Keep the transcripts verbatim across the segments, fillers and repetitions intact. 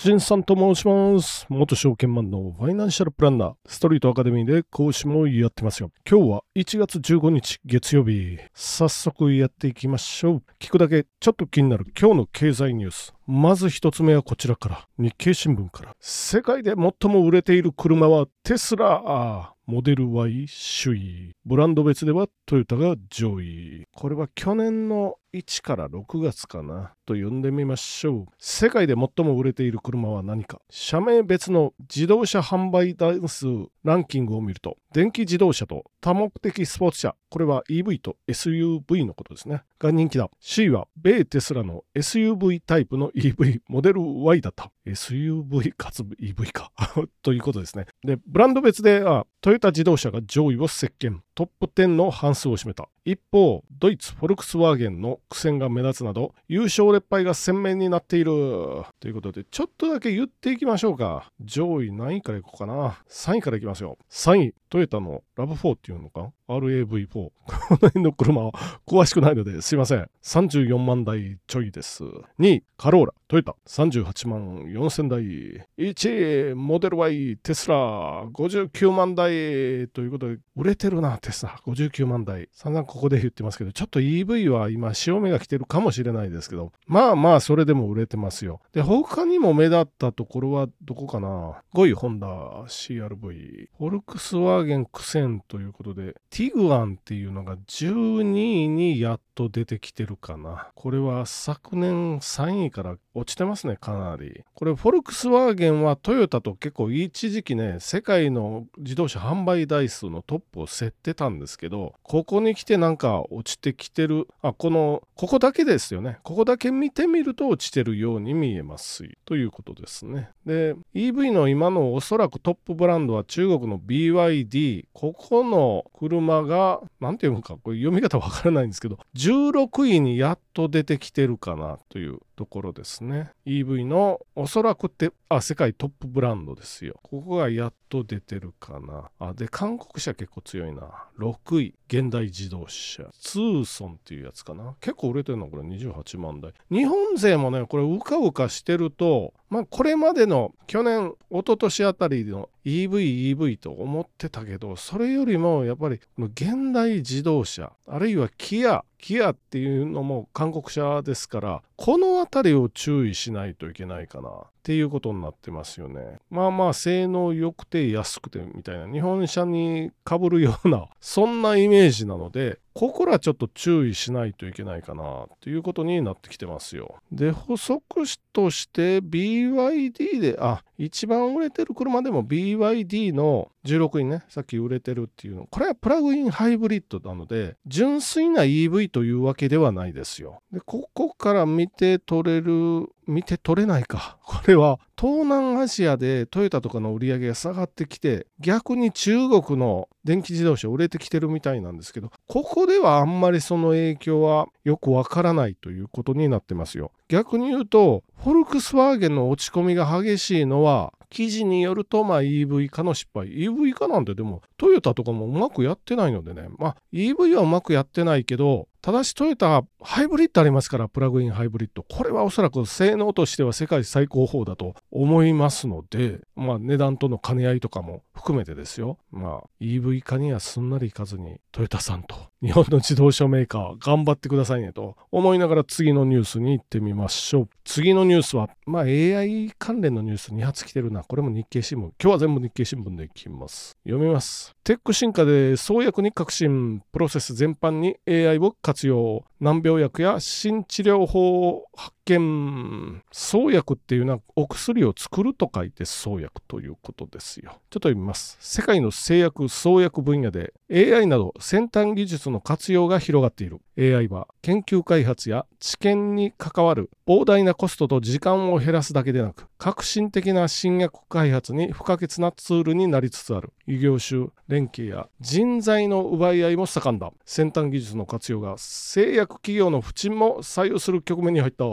人さんと申します。元証券マンのファイナンシャルプランナー、ストリートアカデミーで講師もやってますよ。今日はいちがつじゅうごにち月曜日。早速やっていきましょう。聞くだけちょっと気になる今日の経済ニュース。まず一つ目はこちらから。日経新聞から。世界で最も売れている車はテスラ。モデル ワイ 首位。ブランド別ではトヨタが上位。これは去年のいちからろくがつかなと読んでみましょう。世界で最も売れている車は何か。社名別の自動車販売台数ランキングを見ると、電気自動車と多目的スポーツ車、これは イーブイ と エスユーブイ のことですね、が人気だ。首位は米テスラの エスユーブイ タイプの イーブイ モデル ワイ だった。エスユーブイ かつ イーブイ かということですね。で、ブランド別ではトヨタ自動車が上位を席巻。トップじゅうの半数を占めた。一方、ドイツフォルクスワーゲンの苦戦が目立つなど、優勝劣敗が鮮明になっている。ということで、ちょっとだけ言っていきましょうか。上位何位からいこうかな。さんいからいきますよ。さんい、トヨタのラブフォーっていうのか アールエーブイフォー。この辺の車は詳しくないのですいません。さんじゅうよんまんだいちょいです。にい、カローラ、トヨタ、さんじゅうはちまんよんせんだい。いちい、モデル ワイ、テスラ、ごじゅうきゅうまんだい。ということで、売れてるな、テスラ。ごじゅうきゅうまんだい。散々ここで言ってますけど、ちょっと イーブイ は今、潮目が来てるかもしれないですけど、まあまあ、それでも売れてますよ。で、他にも目立ったところはどこかな。ごい、ホンダ シーアールブイ。フォルクスワーゲン苦戦ということで、ティグワンっていうのがじゅうにいにやっと出てきてるかな。これは昨年さんいから落ちてますね、かなり。これ、フォルクスワーゲンはトヨタと結構一時期ね、世界の自動車販売台数のトップを競ってたんですけど、ここに来てなんか落ちてきてる。あ、この、ここだけですよね。ここだけ見てみると落ちてるように見えますということですね。で、イーブイ の今のおそらくトップブランドは中国の ビーワイディー。ここの車が、なんていうのか、これ読み方わからないんですけど、じゅうろくいにやっと出てきてるかなというところですね。イーブイ のおそらくってあ世界トップブランドですよ。ここがやっと出てるかな。あで韓国車結構強いな。ろくい現代自動車ツーソンっていうやつかな。結構売れてるのこれにじゅうはちまんだい。日本勢もねこれうかうかしてると、まあこれまでの去年一昨年あたりの イーブイ イーブイ と思ってたけど、それよりもやっぱり現代自動車あるいはキアキアっていうのも韓国車ですから、このあたりを注意しないといけないかなっていうことになってますよね。まあまあ性能良くて安くてみたいな日本車に被るようなそんなイメージなので、ここらちょっと注意しないといけないかなっていうことになってきてますよ。で、補足として ビーワイディー で、あ、一番売れてる車でも ビーワイディー のじゅうろくいね、さっき売れてるっていうの、これはプラグインハイブリッドなので、純粋な イーブイ というわけではないですよ。で、ここから見て取れる、見て取れないか。これは東南アジアでトヨタとかの売り上げが下がってきて、逆に中国の電気自動車売れてきてるみたいなんですけど、ここではあんまりその影響はよくわからないということになってますよ。逆に言うと、フォルクスワーゲンの落ち込みが激しいのは、記事によると、まあ イーブイ 化の失敗。イーブイ 化なんてでもトヨタとかもうまくやってないのでね。まあ イーブイ はうまくやってないけど、ただしトヨタハイブリッドありますから、プラグインハイブリッド。これはおそらく性能としては世界最高峰だと思いますので、まあ値段との兼ね合いとかも含めてですよ。まあ イーブイ 化にはすんなりいかずにトヨタさんと日本の自動車メーカー頑張ってくださいねと思いながら次のニュースに行ってみましょう。次のニュースは、まあ エーアイ 関連のニュースに発来てるな。これも日経新聞。今日は全部日経新聞でいきます。読みます。テック進化で創薬に革新、プロセス全般に エーアイ を活用。難病薬や新治療法を発見。創薬っていうのはお薬を作ると書いて創薬ということですよ。ちょっと読みます。世界の製薬創薬分野で エーアイ など先端技術の活用が広がっている。エーアイ は研究開発や治験に関わる膨大なコストと時間を減らすだけでなく、革新的な新薬開発に不可欠なツールになりつつある。異業種連携や人材の奪い合いも盛んだ。先端技術の活用が製薬企業の不沈も左右する局面に入ったと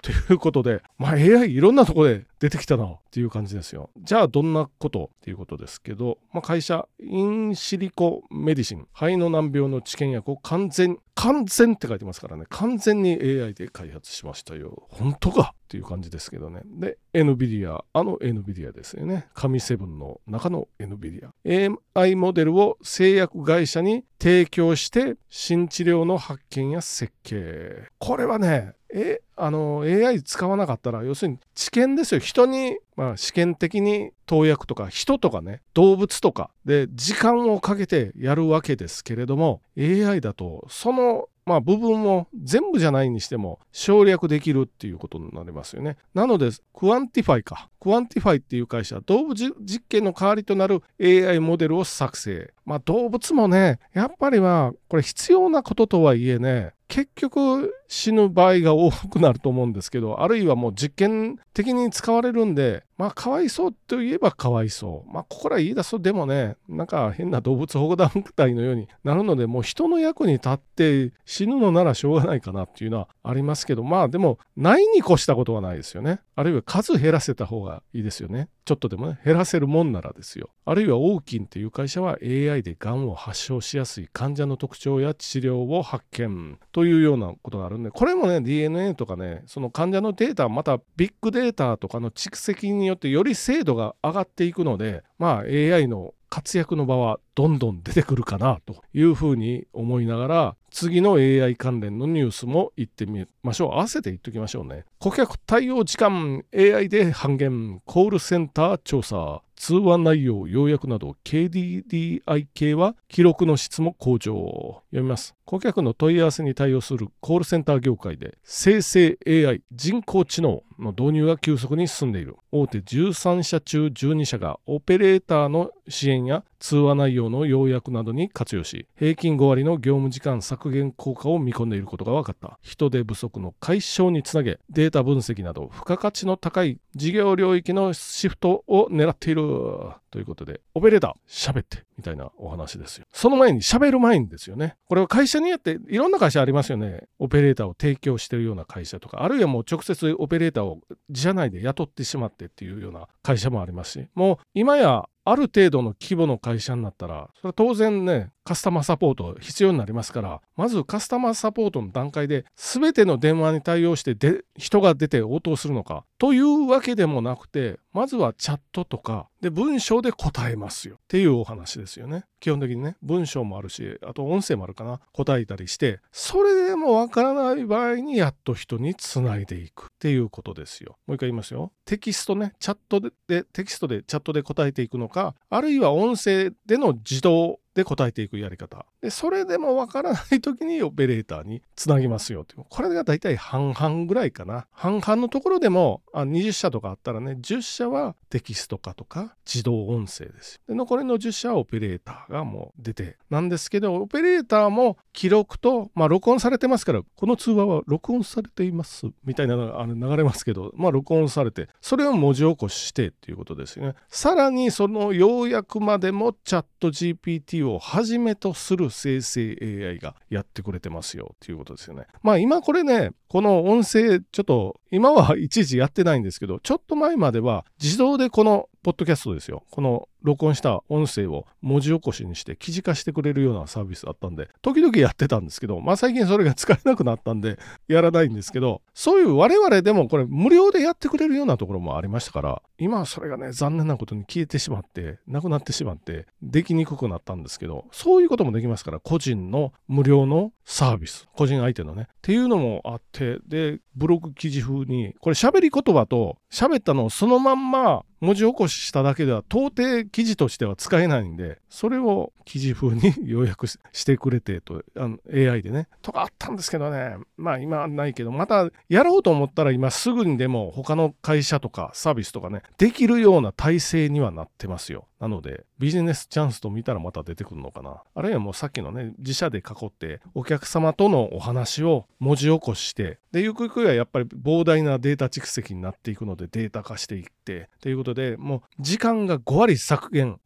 ということで、まあ エーアイ いろんなところで出てきたなっていう感じですよ。じゃあどんなことっていうことですけど、まあ、会社インシリコメディシン、肺の難病の治験薬を完全完全って書いてますからね、完全に エーアイ で開発しましたよ。本当かっていう感じですけどね。で、エヌビディア、あの エヌビディアですよね。神セブンの中の エヌビディア。エーアイ モデルを製薬会社に提供して新治療の発見や設計。これはね、えあの エーアイ 使わなかったら要するに治験ですよ。人に、まあ、試験的に投薬とか人とかね動物とかで時間をかけてやるわけですけれども、 エーアイ だとそのまあ部分を全部じゃないにしても省略できるっていうことになりますよね。なのでクワンティファイかクワンティファイっていう会社は動物実験の代わりとなる エーアイ モデルを作成。まあ動物もねやっぱりはこれ必要なこととはいえね、結局死ぬ場合が多くなると思うんですけど、あるいはもう実験的に使われるんで、まあかわいそうといえばかわいそう。まあここら言い出すとでもね、なんか変な動物保護団体のようになるので、もう人の役に立って死ぬのならしょうがないかなっていうのはありますけど、まあでもないに越したことはないですよね。あるいは数減らせた方がいいですよね。ちょっとでもね減らせるもんならですよ。あるいはオーキンっていう会社は エーアイ でがんを発症しやすい患者の特徴や治療を発見というようなことがあるんで、これもね ディーエヌエー とかねその患者のデータまたビッグデータとかの蓄積によってより精度が上がっていくので、まあ エーアイ の活躍の場はどんどん出てくるかなというふうに思いながら、次の エーアイ 関連のニュースも言ってみましょう。合わせて言っておきましょうね。顧客対応時間 エーアイ で半減、コールセンター調査、通話内容要約など ケーディーディーアイ 系は記録の質も向上。読みます。顧客の問い合わせに対応するコールセンター業界で生成 エーアイ 人工知能の導入が急速に進んでいる。大手じゅうさんしゃ中じゅうにしゃがオペレーターの支援や通話内容の要約などに活用し、平均ごわりの業務時間削減効果を見込んでいることが分かった。人手不足の解消につなげ、データ分析など付加価値の高い事業領域のシフトを狙っているということで、オペレーター喋ってみたいなお話ですよ。その前に喋る前にですよね。これは会社によっていろんな会社ありますよね。オペレーターを提供しているような会社とか、あるいはもう直接オペレーターを自社内で雇ってしまってっていうような会社もありますし、もう今やある程度の規模の会社になったら、それは当然ね、カスタマーサポート必要になりますから、まずカスタマーサポートの段階で全ての電話に対応してで人が出て応答するのかというわけでもなくて、まずはチャットとかで文章で答えますよっていうお話ですよね。基本的にね、文章もあるし、あと音声もあるかな、答えたりして、それでもわからない場合にやっと人につないでいくっていうことですよ。もう一回言いますよ。テキストね、チャットで、でテキストでチャットで答えていくのか、あるいは音声での自動で答えていくやり方で、それでもわからない時にオペレーターにつなぎますよっていう、これがだいたい半々ぐらいかな。半々のところでもあにじゅっしゃとかあったらね、じゅっしゃはテキスト化とか自動音声ですよ。で残りのじゅっしゃはオペレーターがもう出てなんですけど、オペレーターも記録と、まあ録音されてますから、この通話は録音されていますみたいなのがあの流れますけど、まあ録音されてそれを文字起こししてっていうことですよね。さらにその要約までもチャット ジーピーティー をはじめとする生成 エーアイ がやってくれてますよっていうことですよね。まあ今これね、この音声ちょっと今は一時やってないんですけど、ちょっと前までは自動でこのポッドキャストですよ、この録音した音声を文字起こしにして記事化してくれるようなサービスあったんで、時々やってたんですけど、まあ最近それが使えなくなったんでやらないんですけど、そういう我々でもこれ無料でやってくれるようなところもありましたから、今はそれがね残念なことに消えてしまってなくなってしまってできにくくなったんですけど、そういうこともできますから、個人の無料のサービス、個人相手のねっていうのもあって、でブログ記事風にこれ喋り言葉と喋ったのをそのまんま文字起こししただけでは到底記事としては使えないんで、それを記事風に要約してくれてと、あの エーアイ でねとかあったんですけどね、まあ今はないけど、またやろうと思ったら今すぐにでも他の会社とかサービスとかねできるような体制にはなってますよ。なのでビジネスチャンスと見たらまた出てくるのかな。あるいはもうさっきのね自社で囲ってお客様とのお話を文字起こして、でゆくゆくはやっぱり膨大なデータ蓄積になっていくのでデータ化していってっていうことで、もう時間がごわり削減、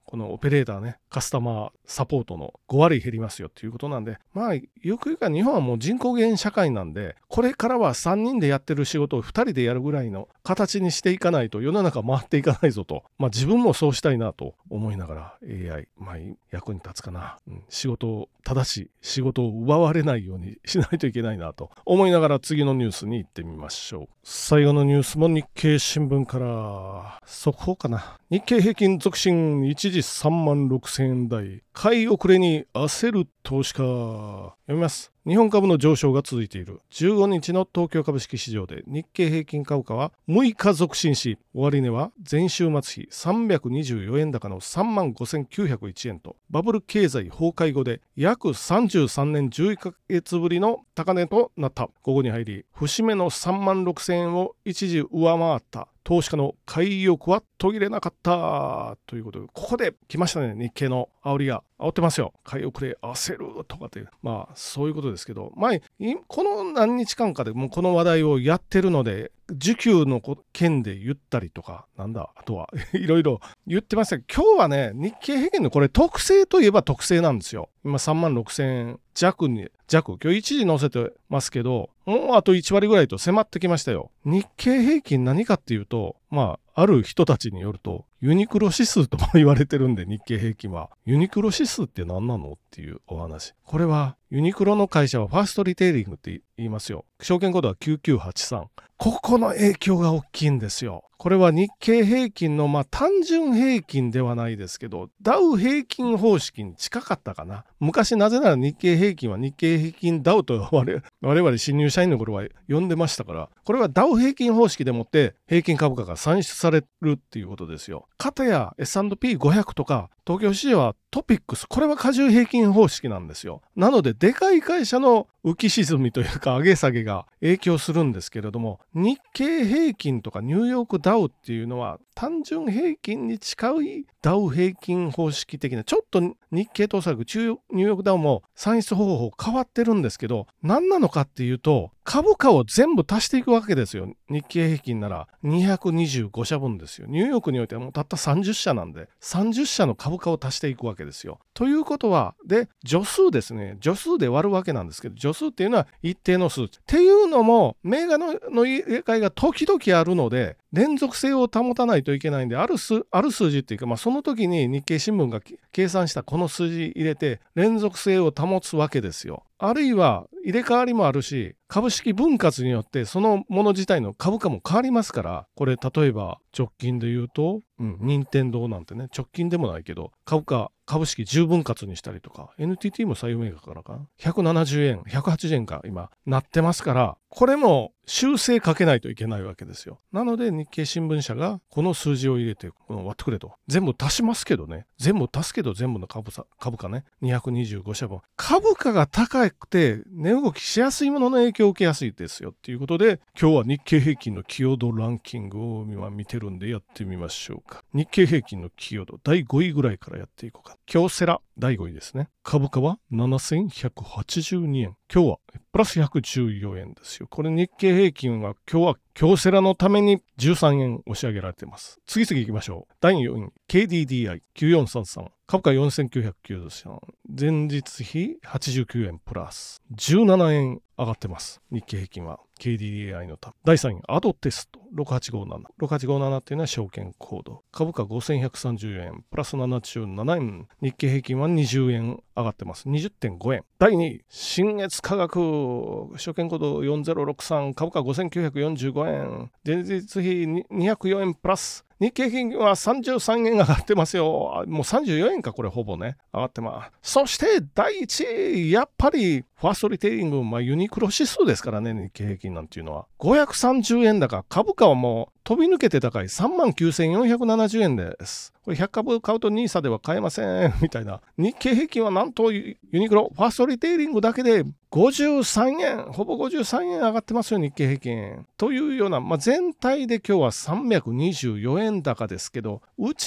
このオペレーターね、カスタマーサポートのご割減りますよっていうことなんで、まあ、よく言うか日本はもう人口減社会なんで、これからはさんにんでやってる仕事をふたりでやるぐらいの形にしていかないと世の中回っていかないぞと、まあ自分もそうしたいなと思いながら エーアイ、まあ役に立つかな。うん、仕事を、正しい仕事を奪われないようにしないといけないなと思いながら次のニュースに行ってみましょう。最後のニュースも日経新聞から速報かな。日経平均続伸一時さんまんろくせんえん台。買い遅れに焦る投資家。読みます。日本株の上昇が続いているじゅうごにちの東京株式市場で日経平均株価はむいか続伸し、終値は前週末比さんびゃくにじゅうよえん高の さんまんごせんきゅうひゃくいちえんと、バブル経済崩壊後で約さんじゅうさんねんじゅういっかげつぶりの高値となった。午後に入り、節目のさんまんろくせんえんを一時上回った。投資家の買い意欲は途切れなかったということで、ここで来ましたね。日経の煽りが煽ってますよ。買い遅れ焦るとかっていう、まあそういうことですけど、まあこの何日間かでもうこの話題をやってるので、需給の件で言ったりとか、なんだあとはいろいろ言ってましたけど、今日はね、日経平均のこれ特性といえば特性なんですよ。今さんまんろくせんえん弱に弱、今日一時載せてますけど、もうあといち割ぐらいと迫ってきましたよ。日経平均何かっていうと、まあある人たちによるとユニクロ指数とも言われてるんで、日経平均はユニクロ指数って何なのっていうお話。これはユニクロの会社はファーストリテイリングって言いますよ。証券コードはきゅうきゅうはちさん。ここの影響が大きいんですよ。これは日経平均のまあ単純平均ではないですけど、ダウ平均方式に近かったかな。昔、なぜなら日経平均は日経平均ダウと我々新入社員の頃は呼んでましたから、これはダウ平均方式でもって平均株価が算出されるっていうことですよ。かたや エスアンドピーごひゃく とか東京市場はトピックス、これは過重平均方式なんですよ。なのででかい会社の浮き沈みというか上げ下げが影響するんですけれども、日経平均とかニューヨークダウっていうのは単純平均に近いダウ平均方式的な、ちょっと日経とおそらくニューヨークダウも算出方法変わってるんですけど、何なのかっていうと、株価を全部足していくわけですよ。日経平均ならにひゃくにじゅうごしゃぶんですよ。ニューヨークにおいてはもうたったさんじゅっしゃなんで、さんじゅっしゃの株価を足していくわけですよ。ということは、で、助数ですね。助数で割るわけなんですけど、助数っていうのは一定の数値。っていうのも、銘柄の入れ替えが時々あるので、連続性を保たないといけないんで、ある数、ある数字っていうか、まあ、その時に日経新聞が計算したこの数字入れて、連続性を保つわけですよ。あるいは入れ替わりもあるし、株式分割によってそのもの自体の株価も変わりますから、これ例えば直近で言うと、うん、任天堂なんてね、直近でもないけど、株価、株式じゅう分割にしたりとか、エヌティーティー も採用銘柄からかな、ひゃくななじゅうえん、ひゃくはちじゅうえんか今なってますから、これも修正かけないといけないわけですよ。なので日経新聞社がこの数字を入れてこの割ってくれと。全部足しますけどね。全部足すけど全部の株差、株価ね。にひゃくにじゅうごしゃぶん。株価が高くて値動きしやすいものの影響を受けやすいですよっていうことで、今日は日経平均の寄与度ランキングを今見てるんでやってみましょうか。日経平均の寄与度だいごいぐらいからやっていこうか。京セラだいごいですね。株価はななせんひゃくはちじゅうにえん。今日はプラスひゃくじゅうよえんですよ。これ日経平均は今日は京セラのためにじゅうさんえん押し上げられています。次々行きましょう。だいよんい ケーディーディーアイきゅうよんさんさん。株価よんせんきゅうひゃくきゅうじゅうさん。前日比はちじゅうきゅうえんプラスじゅうななえん上がってます。日経平均は ケーディーディーアイ のため。だいさんいアドテストろくはちごーなな。ろくはちごーななっていうのは証券コード。株価ごせんひゃくさんじゅうえんプラスななじゅうななえん。日経平均はにじゅうえん上がってます。にじゅってんごえん。だいにい信越科学証券コードよんぜろろくさん。株価ごせんきゅうひゃくよんじゅうごえん。前日比にひゃくよえんプラス。日経平均はさんじゅうさんえん上がってますよ。もうさんじゅうよえんか、これほぼね。上がってます。そしてだいいちい、やっぱりファーストリテイリング、まあユニクロ指数ですからね、日経平均なんていうのは。ごひゃくさんじゅうえん高、株価はもう飛び抜けて高い さんまんきゅうせんよんひゃくななじゅうえんです。これひゃくかぶ買うとニーサでは買えません、みたいな。日経平均はなんとユニクロ、ファーストリテイリングだけでごじゅうさんえん、ほぼごじゅうさんえん上がってますよ、日経平均。というような、まあ、全体で今日はさんびゃくにじゅうよえん高ですけど、うち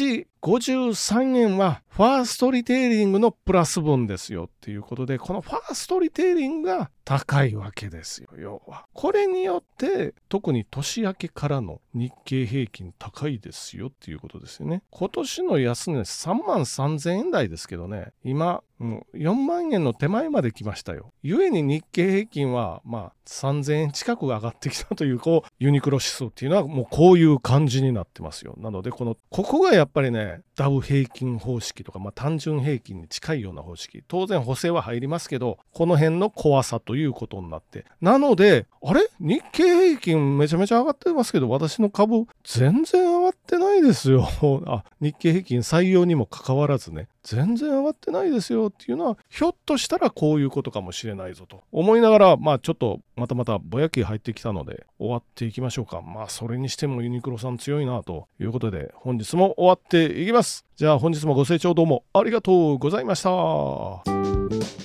ごじゅうさんえんはファーストリテイリングのプラス分ですよっていうことで、このファーストリテイリングが高いわけですよ。要はこれによって特に年明けからの日経平均高いですよっていうことですよね。今年の安値さんまんさんぜんえん台ですけどね、今もうよんまんえんの手前まで来ましたよ。ゆえに日経平均はまあさんぜんえん近く上がってきたという、こうユニクロ指数っていうのはもうこういう感じになってますよ。なのでこのここがやっぱりね、ダウ平均方式とか、まあ、単純平均に近いような方式、当然補正は入りますけど、この辺の怖さということになって、なのであれ日経平均めちゃめちゃ上がってますけど、私の株全然上がってないですよ。あ、日経平均採用にもかかわらずね、全然上がってないですよっていうのは、ひょっとしたらこういうことかもしれないぞと思いながら、まあちょっとまたまたぼやき入ってきたので終わっていきましょうか。まあそれにしてもユニクロさん強いなということで、本日も終わっていきます。じゃあ本日もご清聴どうもありがとうございました。